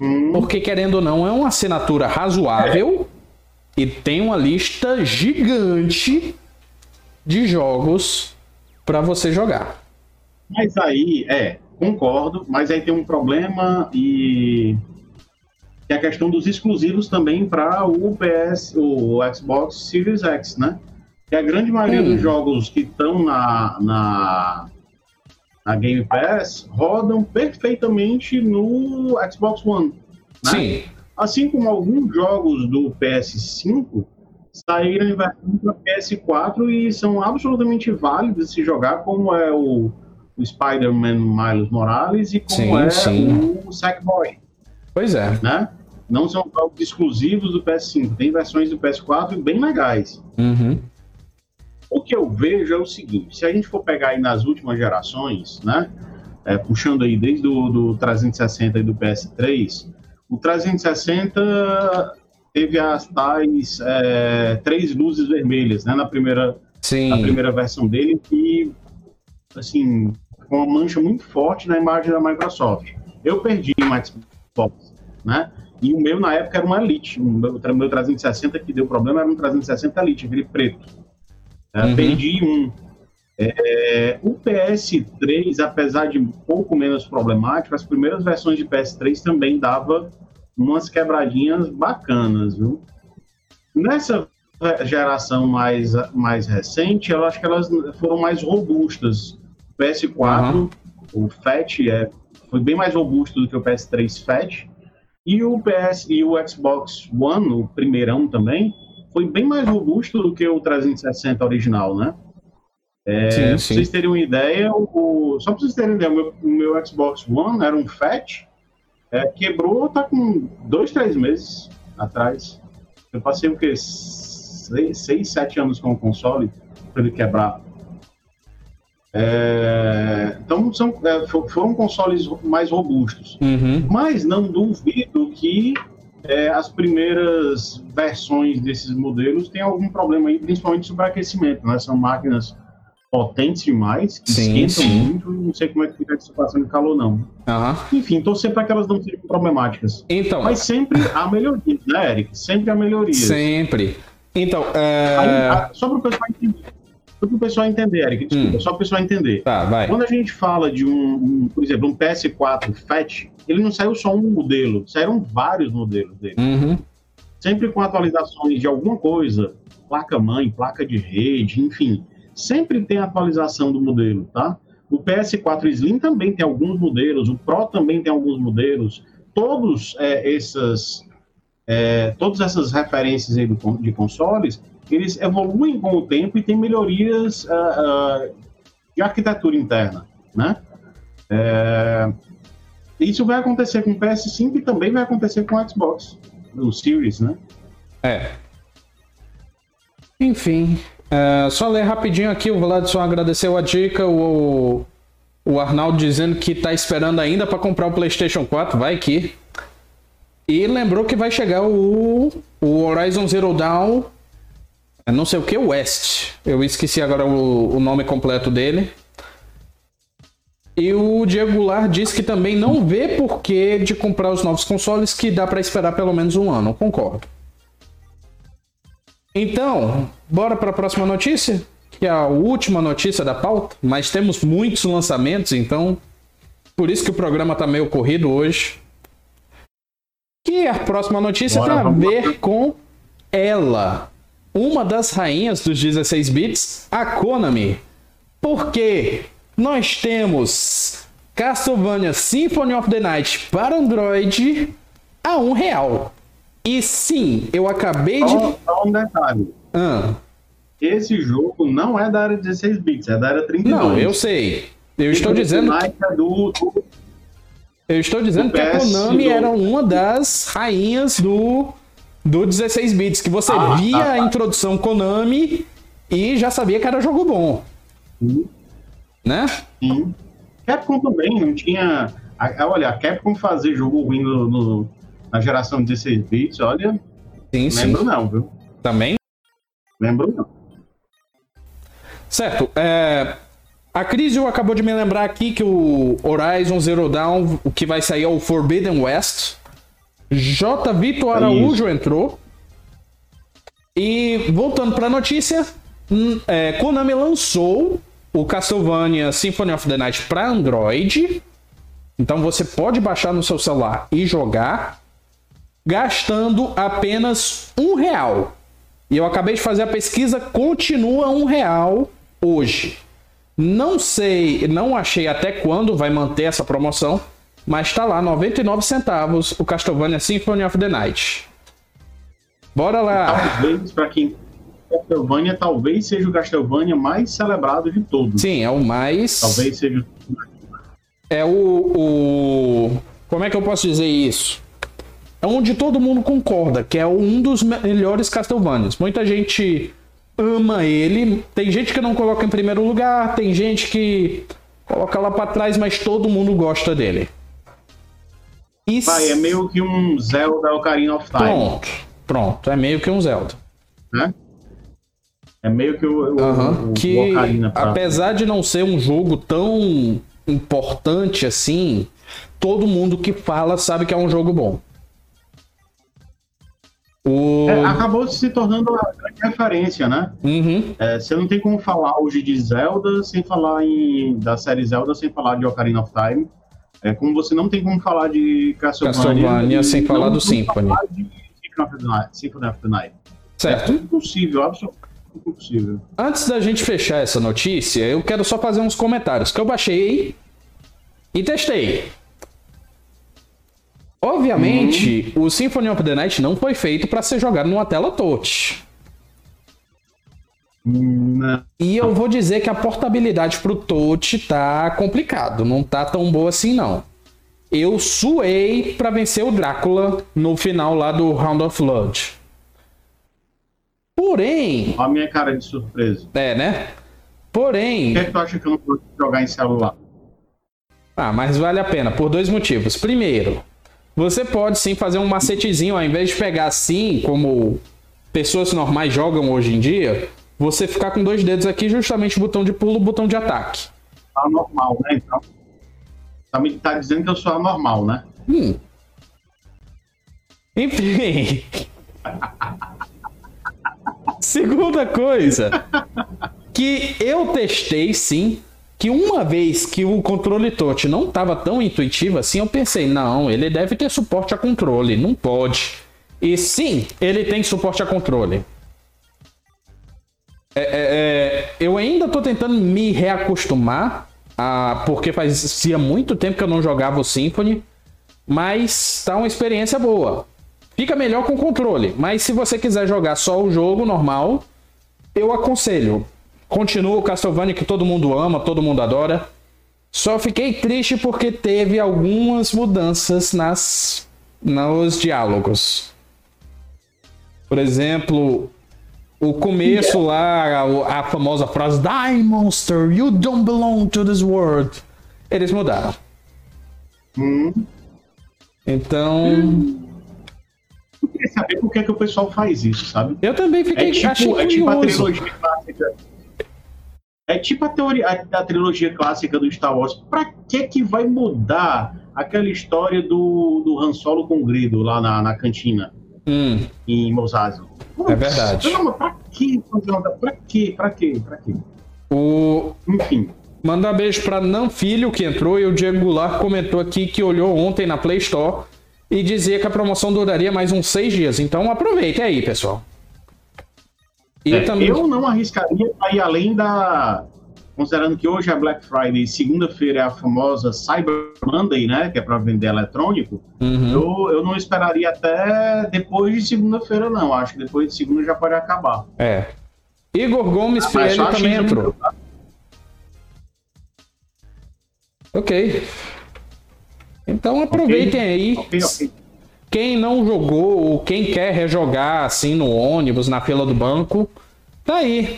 Hum. Porque, querendo ou não, é uma assinatura razoável é. e tem uma lista gigante de jogos para você jogar. Mas aí, é, concordo, mas aí tem um problema e que é a questão dos exclusivos também para o P S, o Xbox Series X, né? Que a grande maioria hum. dos jogos que estão na, na, na Game Pass rodam perfeitamente no Xbox One, né? Sim. Assim como alguns jogos do P S cinco saíram em versão para P S quatro e são absolutamente válidos de se jogar, como é o, o Spider-Man Miles Morales e como sim, é sim. o Sackboy. Pois é. Né? Não são jogos exclusivos do P S cinco, tem versões do P S quatro bem legais. Uhum. O que eu vejo é o seguinte, se a gente for pegar aí nas últimas gerações, né, é, puxando aí desde o do trezentos e sessenta e do P S três, o trezentos e sessenta teve as tais é, três luzes vermelhas, né, na primeira, na primeira versão dele, e, assim, com uma mancha muito forte na imagem da Microsoft. Eu perdi um Xbox, né, e o meu na época era um Elite, o meu, o meu trezentos e sessenta que deu problema era um trezentos e sessenta Elite, aquele preto. Uhum. Perdi um. É, o P S três, apesar de um pouco menos problemático, as primeiras versões de P S três também dava umas quebradinhas bacanas, viu? Nessa geração mais, mais recente, eu acho que elas foram mais robustas. O P S quatro, uhum. o Fat, é, foi bem mais robusto do que o P S três Fat, e o P S e o Xbox One, o primeirão também, foi bem mais robusto do que o trezentos e sessenta original, né? É, sim, sim. Pra vocês terem uma ideia, o, só para vocês terem uma ideia, o meu, o meu Xbox One era um Fat, é, quebrou, tá com dois, três meses atrás. Eu passei o quê? Seis, seis sete anos com o console para ele quebrar. É, então são, é, foram consoles mais robustos. Uhum. Mas não duvido que É, as primeiras versões desses modelos têm algum problema aí, principalmente superaquecimento, né? São máquinas potentes demais, que sim, esquentam sim. muito, não sei como é que fica a situação de calor, não. Uhum. Enfim, torcer para que elas não sejam problemáticas. Então, mas sempre há melhorias, né, Eric? Sempre há melhorias. Sempre. Então, é... aí, a, só para o pessoal entender, só para o pessoal entender, Eric, desculpa, hum. só para o pessoal entender. Tá, vai. Quando a gente fala de um, um, por exemplo, um P S quatro Fat, ele não saiu só um modelo, saíram vários modelos dele. Uhum. Sempre com atualizações de alguma coisa, placa-mãe, placa de rede, enfim. Sempre tem atualização do modelo, tá? O P S quatro Slim também tem alguns modelos, o Pro também tem alguns modelos. Todos é, essas, é, todas essas referências aí do, de consoles, eles evoluem com o tempo e tem melhorias uh, uh, de arquitetura interna, né? É... Isso vai acontecer com o P S cinco e também vai acontecer com o Xbox, o Series, né? É. Enfim, é, só ler rapidinho aqui, o Vladson agradeceu a dica, o, o Arnaldo dizendo que tá esperando ainda para comprar o PlayStation quatro, vai que. E lembrou que vai chegar o, o Horizon Zero Dawn, não sei o que, West. Eu esqueci agora o, o nome completo dele. E o Diego Goulart disse que também não vê porquê de comprar os novos consoles, que dá para esperar pelo menos um ano. Concordo. Então, bora para a próxima notícia, que é a última notícia da pauta, mas temos muitos lançamentos, então por isso que o programa tá meio corrido hoje. E a próxima notícia bora, tem a ver lá. Com ela, uma das rainhas dos dezesseis bits, a Konami. Por quê? Nós temos Castlevania Symphony of the Night para Android a um real. E sim, eu acabei de... Só, só um detalhe. Ah. Esse jogo não é da área dezesseis bits, é da área trinta e dois. Não, eu sei. Eu estou dizendo... Que... É do, do... Eu estou dizendo que a Konami era uma das rainhas do, do dezesseis bits, que você ah, via ah, ah. a introdução Konami e já sabia que era jogo bom. Sim. Né? Sim. Capcom também não tinha... Olha, a Capcom fazer jogo ruim no, no, na geração dezesseis bits, olha... Sim, lembro sim. não, viu? Também? Lembro não. Certo. É... A Crisio acabou de me lembrar aqui que o Horizon Zero Dawn, o que vai sair é o Forbidden West. J. Vitor Araújo entrou. E voltando para a notícia, é, Konami lançou o Castlevania Symphony of the Night para Android. Então você pode baixar no seu celular e jogar, gastando apenas um real. E eu acabei de fazer a pesquisa, continua um real hoje. Não sei, não achei até quando vai manter essa promoção, mas está lá, noventa e nove centavos, o Castlevania Symphony of the Night. Bora lá! Talvez, para quem... Castlevania talvez seja o Castlevania mais celebrado de todos. Sim, é o mais... Talvez seja... É o, o... Como é que eu posso dizer isso? É onde todo mundo concorda, que é um dos melhores Castlevanias. Muita gente ama ele. Tem gente que não coloca em primeiro lugar, tem gente que coloca lá pra trás, mas todo mundo gosta dele. E... Vai, é meio que um Zelda Ocarina of Time. Pronto, pronto. É meio que um Zelda. Né? É meio que o, uhum. o, o que, Ocarina. Pra... apesar de não ser um jogo tão importante assim, todo mundo que fala sabe que é um jogo bom. O... É, acabou se tornando uma grande referência, né? Uhum. É, você não tem como falar hoje de Zelda sem falar em, da série Zelda sem falar de Ocarina of Time. É, como você não tem como falar de Castlevania, Castlevania sem falar do Symphony. Falar de Symphony of the Night. Symphony of the Night. Certo. É impossível, absolutamente impossível. Antes da gente fechar essa notícia, eu quero só fazer uns comentários que eu baixei e testei. Obviamente, hum. o Symphony of the Night não foi feito para ser jogado numa tela touch. Não. E eu vou dizer que a portabilidade pro touch tá complicado, não tá tão boa assim não. Eu suei para vencer o Drácula no final lá do Round of Blood. Porém... Olha a minha cara de surpresa. É, né? Porém... Por que, é que tu acha que eu não vou jogar em celular? Ah, mas vale a pena, por dois motivos. Primeiro, você pode sim fazer um macetezinho, ao invés de pegar assim, como pessoas normais jogam hoje em dia, você ficar com dois dedos aqui, justamente o botão de pulo, o botão de ataque. Anormal, né? Então, tá me tá dizendo que eu sou anormal, né? Hum. Enfim... Segunda coisa, que eu testei sim, que uma vez que o controle touch não estava tão intuitivo assim, eu pensei, não, ele deve ter suporte a controle, não pode. E sim, ele tem suporte a controle. É, é, é, eu ainda estou tentando me reacostumar, a, porque fazia muito tempo que eu não jogava o Symphony, mas tá uma experiência boa. Fica melhor com controle, mas se você quiser jogar só o jogo normal, eu aconselho. Continua o Castlevania que todo mundo ama, todo mundo adora. Só fiquei triste porque teve algumas mudanças nas, nos diálogos. Por exemplo, o começo lá, a, a famosa frase Die Monster, you don't belong to this world. Eles mudaram. Hum. Então... Hum. Eu queria saber por que, é que o pessoal faz isso, sabe? Eu também fiquei é tipo, achei é tipo a curioso. trilogia clássica. É tipo a, teoria, a, a trilogia clássica do Star Wars. Pra que que vai mudar aquela história do, do Han Solo com o Grido lá na, na cantina? Hum. Em Mos Eisley? É verdade. Não, pra que? Pra que? Pra que? Pra que? O... Enfim. Mandar um beijo pra Nan Filho, que entrou, e o Diego Goulart comentou aqui que olhou ontem na Play Store e dizia que a promoção duraria mais uns seis dias. Então aproveite aí, pessoal. E é, também... Eu não arriscaria ir além da... Considerando que hoje é Black Friday e segunda-feira é a famosa Cyber Monday, né? Que é para vender eletrônico. Uhum. Eu, eu não esperaria até depois de segunda-feira, não. Acho que depois de segunda já pode acabar. É. Igor Gomes ah, Filho também entrou. Tá? Ok. Então aproveitem okay. aí. Okay, okay. Quem não jogou ou quem quer rejogar assim no ônibus, na fila do banco, tá aí.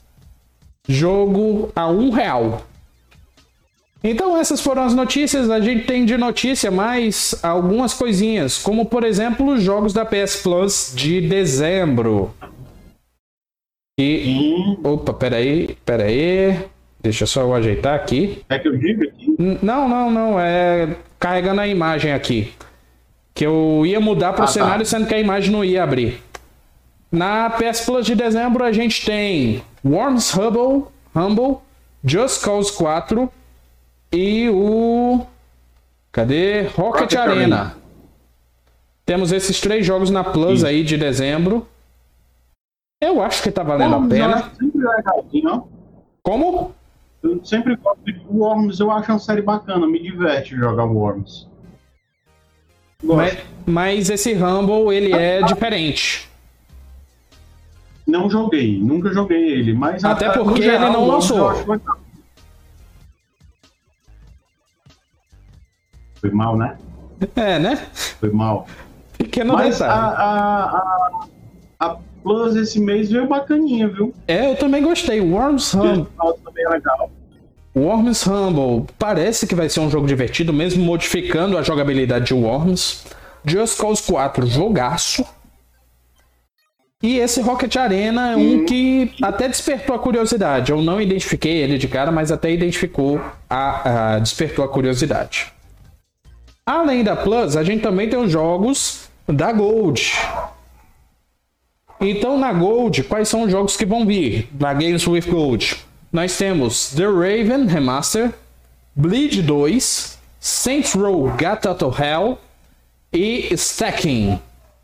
Jogo a um real. Então essas foram as notícias. A gente tem de notícia mais algumas coisinhas, como por exemplo os jogos da P S Plus de dezembro. E... Hum. Opa, peraí, peraí. Deixa só eu ajeitar aqui. É que eu digo aqui? Não, não, não. É carregando a imagem aqui. Que eu ia mudar para o Ah, cenário, tá. sendo que a imagem não ia abrir. Na P S Plus de dezembro a gente tem Worms Humble, Humble, Just Cause quatro e o... Cadê? Rocket, Rocket Arena. Arena. Temos esses três jogos na Plus Isso. aí de dezembro. Eu acho que tá valendo Worms, a eu pena. acho sempre legalzinho, ó. Como? Eu sempre gosto de Worms, eu acho uma série bacana, me diverte jogar Worms. Gosto. Mas, mas esse Humble, ele é diferente. Não joguei, nunca joguei ele, mas Até no porque geral, ele não Worms lançou. eu acho legal. Foi mal, né? É, né? Foi mal. Pequeno Mas a, detalhe. a, a, a Plus esse mês veio bacaninha, viu? É, eu também gostei. Worms Humble. O também é legal. Worms Humble parece que vai ser um jogo divertido, mesmo modificando a jogabilidade de Worms. Just Cause quatro, jogaço. E esse Rocket Arena é um que até despertou a curiosidade. Eu não identifiquei ele de cara, mas até identificou a, a despertou a curiosidade. Além da Plus, a gente também tem os jogos da Gold. Então, na Gold, quais são os jogos que vão vir na Games with Gold? Nós temos The Raven Remaster, Bleed dois, Saints Row Gat Out of Hell e Stacking.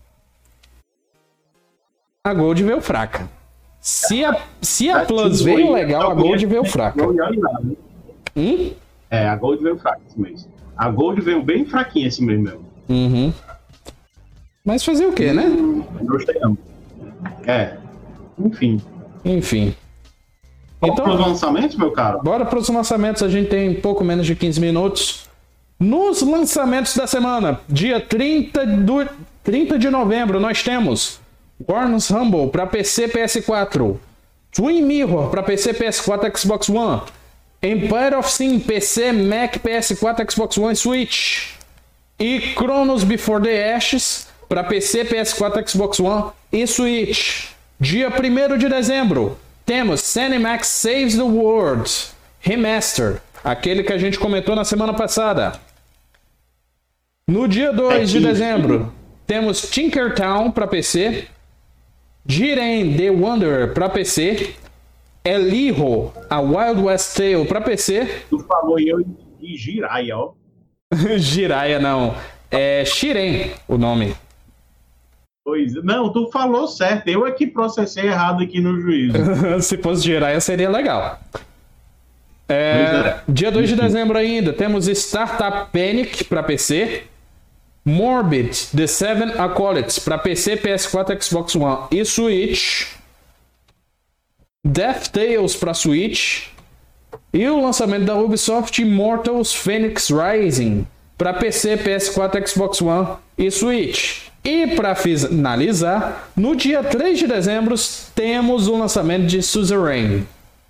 A Gold veio fraca. Se a, se a Plus veio legal, a Gold veio fraca. Hum? É, a Gold veio fraca esse mês. A Gold veio bem fraquinha esse mês mesmo. Uhum. Mas fazer o quê, né? Gostei não. É, enfim. Enfim. Vamos Então, para os lançamentos, meu caro? bora para os lançamentos, a gente tem pouco menos de quinze minutos. Nos lançamentos da semana, dia trinta, do, trinta de novembro, nós temos Worms Humble para P C e P S quatro, Twin Mirror para P C, P S quatro, Xbox One, Empire of Sin, P C, Mac, P S quatro, Xbox One e Switch, e Chronos Before the Ashes para P C, P S quatro, Xbox One e Switch. Dia primeiro de dezembro, temos Cinemax Saves the World Remaster, aquele que a gente comentou na semana passada. No dia dois de dezembro, temos Tinkertown para P C, Jiren The Wanderer para P C, Eliho, a Wild West Tale para P C. Tu falou eu e Jiraiya, ó. Jiraiya não, é Shiren o nome. Pois, não, tu falou certo. Eu é que processei errado aqui no juízo. Se fosse Jiraiya seria legal. É, é. Dia dois de dezembro ainda, temos Startup Panic para P C, Morbid The Seven Acolytes para P C, P S quatro, Xbox One e Switch, Death Tales para Switch e o lançamento da Ubisoft Immortals Phoenix Rising para P C, P S quatro, Xbox One e Switch. E para finalizar, no dia três de dezembro temos o lançamento de Suzerain.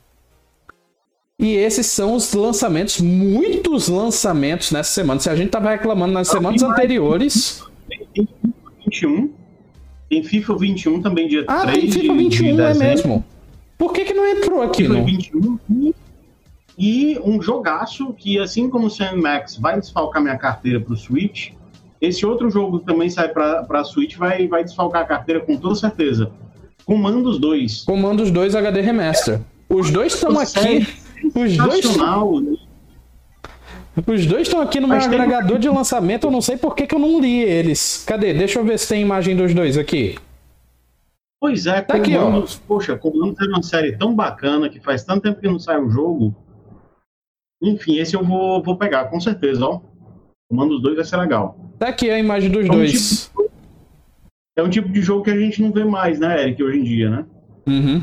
E esses são os lançamentos, muitos lançamentos nessa semana. Se a gente tava reclamando nas semanas anteriores... Tem FIFA vinte e um. Tem FIFA vinte e um também, dia Ah, três tem FIFA vinte e um, de é dezembro. mesmo? Por que que não entrou aqui, FIFA não? vinte e um e, e um jogaço que, assim como o Sam Max vai desfalcar minha carteira pro Switch, esse outro jogo que também sai pra, pra Switch vai, vai desfalcar a carteira com toda certeza. Comandos dois. Comandos dois H D Remaster. Os dois estão aqui... Os dois, Né? os dois estão aqui no meu Mas tem- agregador de lançamento, eu não sei por que que eu não li eles. Cadê? Deixa eu ver se tem imagem dos dois aqui. Pois é, Tá aqui, ó. Comandos, poxa, Comandos é uma série tão bacana que faz tanto tempo que não sai um jogo. Enfim, esse eu vou, vou pegar, com certeza, ó. Comandos dois vai ser legal. Tá aqui a imagem dos É um dois. tipo- É um tipo de jogo que a gente não vê mais, né, Eric, hoje em dia, né? Uhum.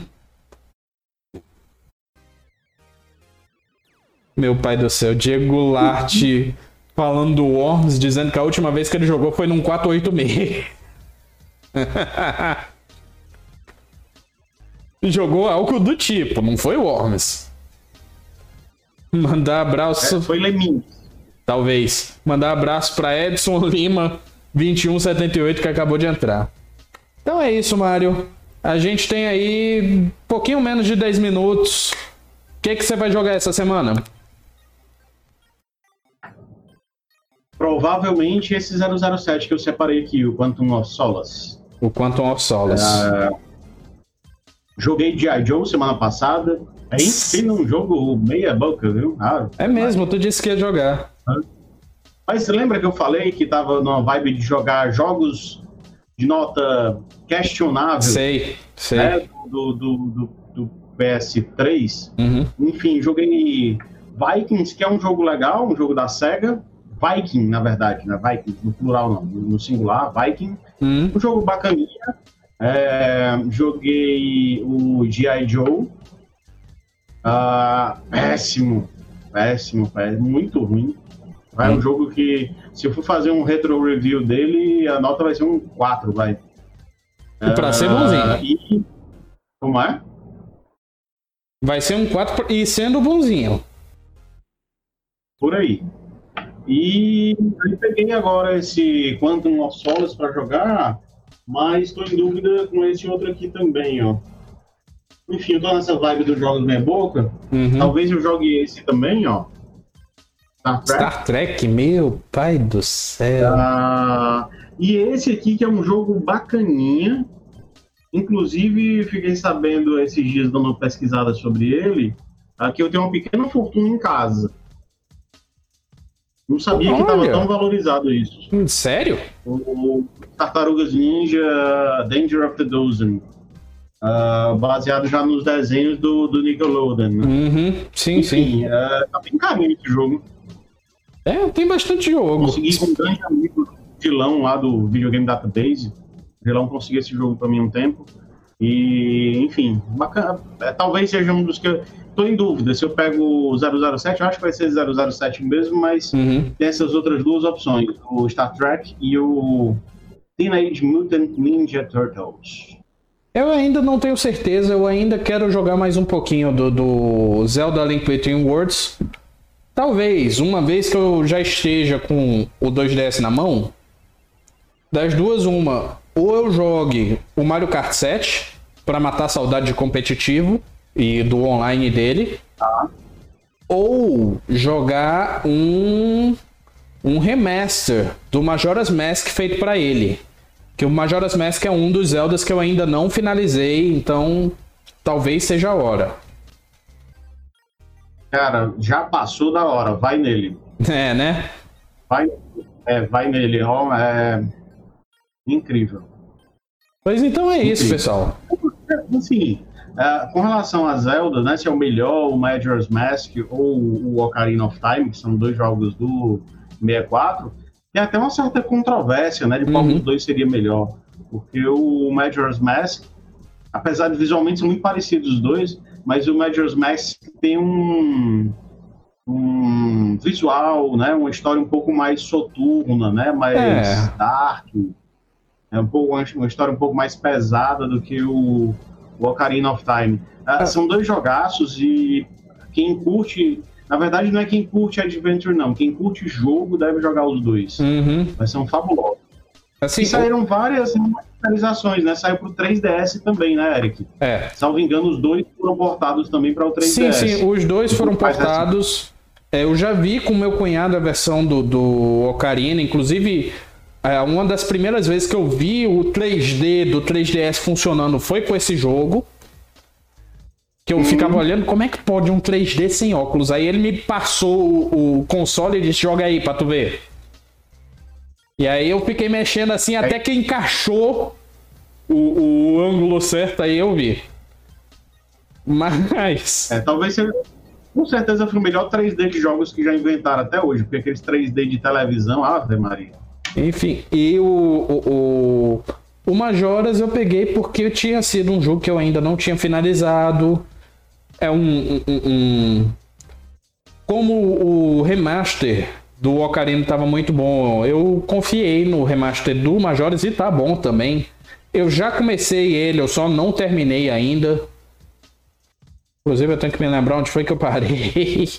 Meu pai do céu, Diego Goulart falando do Worms, dizendo que a última vez que ele jogou foi num quatro oito seis. Jogou algo do tipo, não foi Worms. Mandar abraço, É, foi Leminho. talvez. Mandar abraço pra Edson Lima, vinte e um setenta e oito, que acabou de entrar. Então é isso, Mário. A gente tem aí um pouquinho menos de dez minutos. O que que você vai jogar essa semana? Provavelmente esse zero zero sete que eu separei aqui, o Quantum of Solace. O Quantum of Solace. Uh, joguei G I. Joe semana passada. É enfim um jogo meia boca, viu? Ah, é mesmo, tu disse que ia jogar. Mas você lembra que eu falei que tava numa vibe de jogar jogos de nota questionável? Sei, sei. Né? Do, do, do, do P S três. Uhum. Enfim, joguei Vikings, que é um jogo legal, um jogo da SEGA. Viking, na verdade, né? Viking, no plural não, no singular, Viking. Uhum. Um jogo bacaninha. É, joguei o G I. Joe. Ah, péssimo, péssimo, péssimo, muito ruim. É um jogo que, se eu for fazer um retro review dele, a nota vai ser um quatro, vai. E pra uh, ser bonzinho. E... Como é? Vai ser um quatro e sendo bonzinho. Por aí. E eu peguei agora esse Quantum of Solace pra jogar, mas estou em dúvida com esse outro aqui também, ó. Enfim, eu tô nessa vibe dos jogos meia boca. Uhum. Talvez eu jogue esse também, ó. Star Trek, Star Trek, meu pai do céu. Ah, e esse aqui que é um jogo bacaninha. Inclusive, fiquei sabendo esses dias, dando uma pesquisada sobre ele, que eu tenho uma pequena fortuna em casa. Não sabia Olha. que estava tão valorizado isso. Sério? O Tartarugas Ninja Danger of the Dozen. Uh, baseado já nos desenhos do, do Nickelodeon. Né? Uhum. Sim, Enfim, sim. Uh, tá bem carinho esse jogo. É, tem bastante jogo. Consegui com um grande amigo do Dilão lá do Videogame Database. O Dilão conseguiu esse jogo pra mim há um tempo. E, enfim, bacana. É, talvez seja um dos que eu tô em dúvida. Se eu pego o zero zero sete, eu acho que vai ser zero zero sete mesmo, mas uhum. tem essas outras duas opções: o Star Trek e o Teenage Mutant Ninja Turtles. Eu ainda não tenho certeza, eu ainda quero jogar mais um pouquinho do, do Zelda Link Between Worlds. Talvez, uma vez que eu já esteja com o dois D S na mão, das duas, uma, ou eu jogue o Mario Kart sete para matar a saudade de competitivo e do online dele, ah. ou jogar um, um remaster do Majora's Mask feito para ele. Que o Majora's Mask é um dos Zeldas que eu ainda não finalizei, então talvez seja a hora. Cara, já passou da hora, vai nele. É, né? Vai, é, vai nele, ó, é incrível. Pois então é incrível. Isso, pessoal. Assim, uh, com relação a Zelda, né, se é o melhor, o Majora's Mask ou o Ocarina of Time, que são dois jogos do sessenta e quatro, tem até uma certa controvérsia, né, de qual uhum. dos dois seria melhor. Porque o Majora's Mask, apesar de visualmente ser muito parecidos os dois, mas o Majora's Mask tem um, um visual, né, uma história um pouco mais soturna, né, mais é. dark, é um pouco, uma história um pouco mais pesada do que o, o Ocarina of Time. Ah, são dois jogaços e quem curte... Na verdade, não é quem curte Adventure, não. Quem curte jogo deve jogar os dois. Uhum. Mas são fabulosos. Assim, e saíram o... várias remasterizações, né? Saiu pro três D S também, né, Eric? É. Salvo engano, os dois foram portados também para o três D S. Sim, sim, os dois foram portados. É, eu já vi com meu cunhado a versão do, do Ocarina. Inclusive, é, uma das primeiras vezes que eu vi o três D do três D S funcionando foi com esse jogo. Que eu hum. ficava olhando, como é que pode um três D sem óculos? Aí ele me passou o, o console e disse, joga aí pra tu ver. E aí eu fiquei mexendo assim, é. até que encaixou o, o ângulo certo, aí eu vi. Mas... É, talvez seja, com certeza foi o melhor três D de jogos que já inventaram até hoje, porque aqueles três D de televisão, Ave Maria. Enfim, e o... o, o... O Majora's eu peguei porque tinha sido um jogo que eu ainda não tinha finalizado. É um, um, um... Como o remaster do Ocarina estava muito bom, eu confiei no remaster do Majora's e tá bom também. Eu já comecei ele, eu só não terminei ainda. Inclusive eu tenho que me lembrar onde foi que eu parei.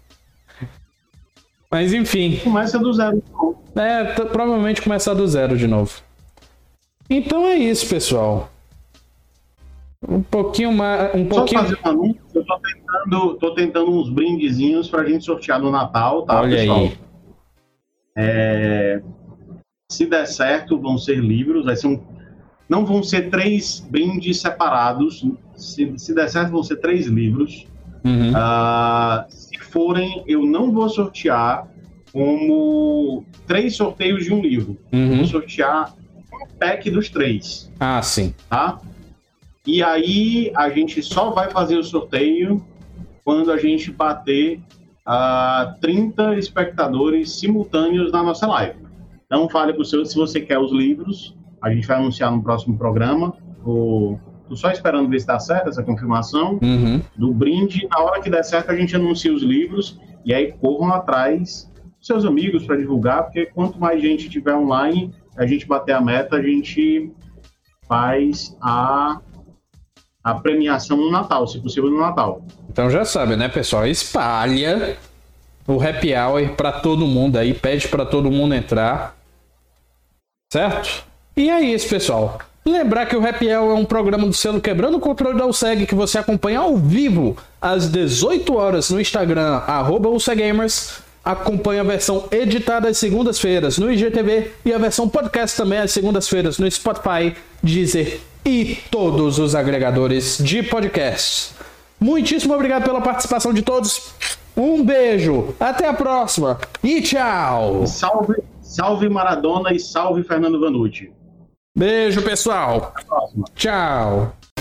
Mas enfim. Começa do zero. É, t- provavelmente começar do zero de novo. Então é isso, pessoal. Um pouquinho mais. Um pouquinho... Só fazer um anúncio, eu tô tentando, tô tentando uns brindezinhos pra gente sortear no Natal, tá, Olha pessoal? aí. É, se der certo, vão ser livros, vai ser um, não vão ser três brindes separados. Se, se der certo, vão ser três livros. Uhum. Uh, se forem, eu não vou sortear como três sorteios de um livro. Uhum. Vou sortear um pack dos três. Ah, sim. Tá? E aí a gente só vai fazer o sorteio quando a gente bater uh, trinta espectadores simultâneos na nossa live. Então fale pro seu, se você quer os livros, a gente vai anunciar no próximo programa. O, tô só esperando ver se dá certo essa confirmação uhum. do brinde. Na hora que der certo, a gente anuncia os livros e aí corram atrás dos seus amigos para divulgar, porque quanto mais gente tiver online, a gente bater a meta, a gente faz a, a premiação no Natal, se possível no Natal. Então já sabe, né, pessoal? Espalha o Happy Hour para todo mundo aí, pede para todo mundo entrar, certo? E é isso, pessoal. Lembrar que o Happy Hour é um programa do selo Quebrando o Controle da U S E G, que você acompanha ao vivo às dezoito horas no Instagram, arroba U S E Gamers. Acompanha a versão editada às segundas-feiras no I G T V e a versão podcast também às segundas-feiras no Spotify, Deezer e todos os agregadores de podcasts. Muitíssimo obrigado pela participação de todos. Um beijo, até a próxima e tchau. Salve, salve Maradona e salve Fernando Vanucci. Beijo, pessoal. Até a próxima. Tchau.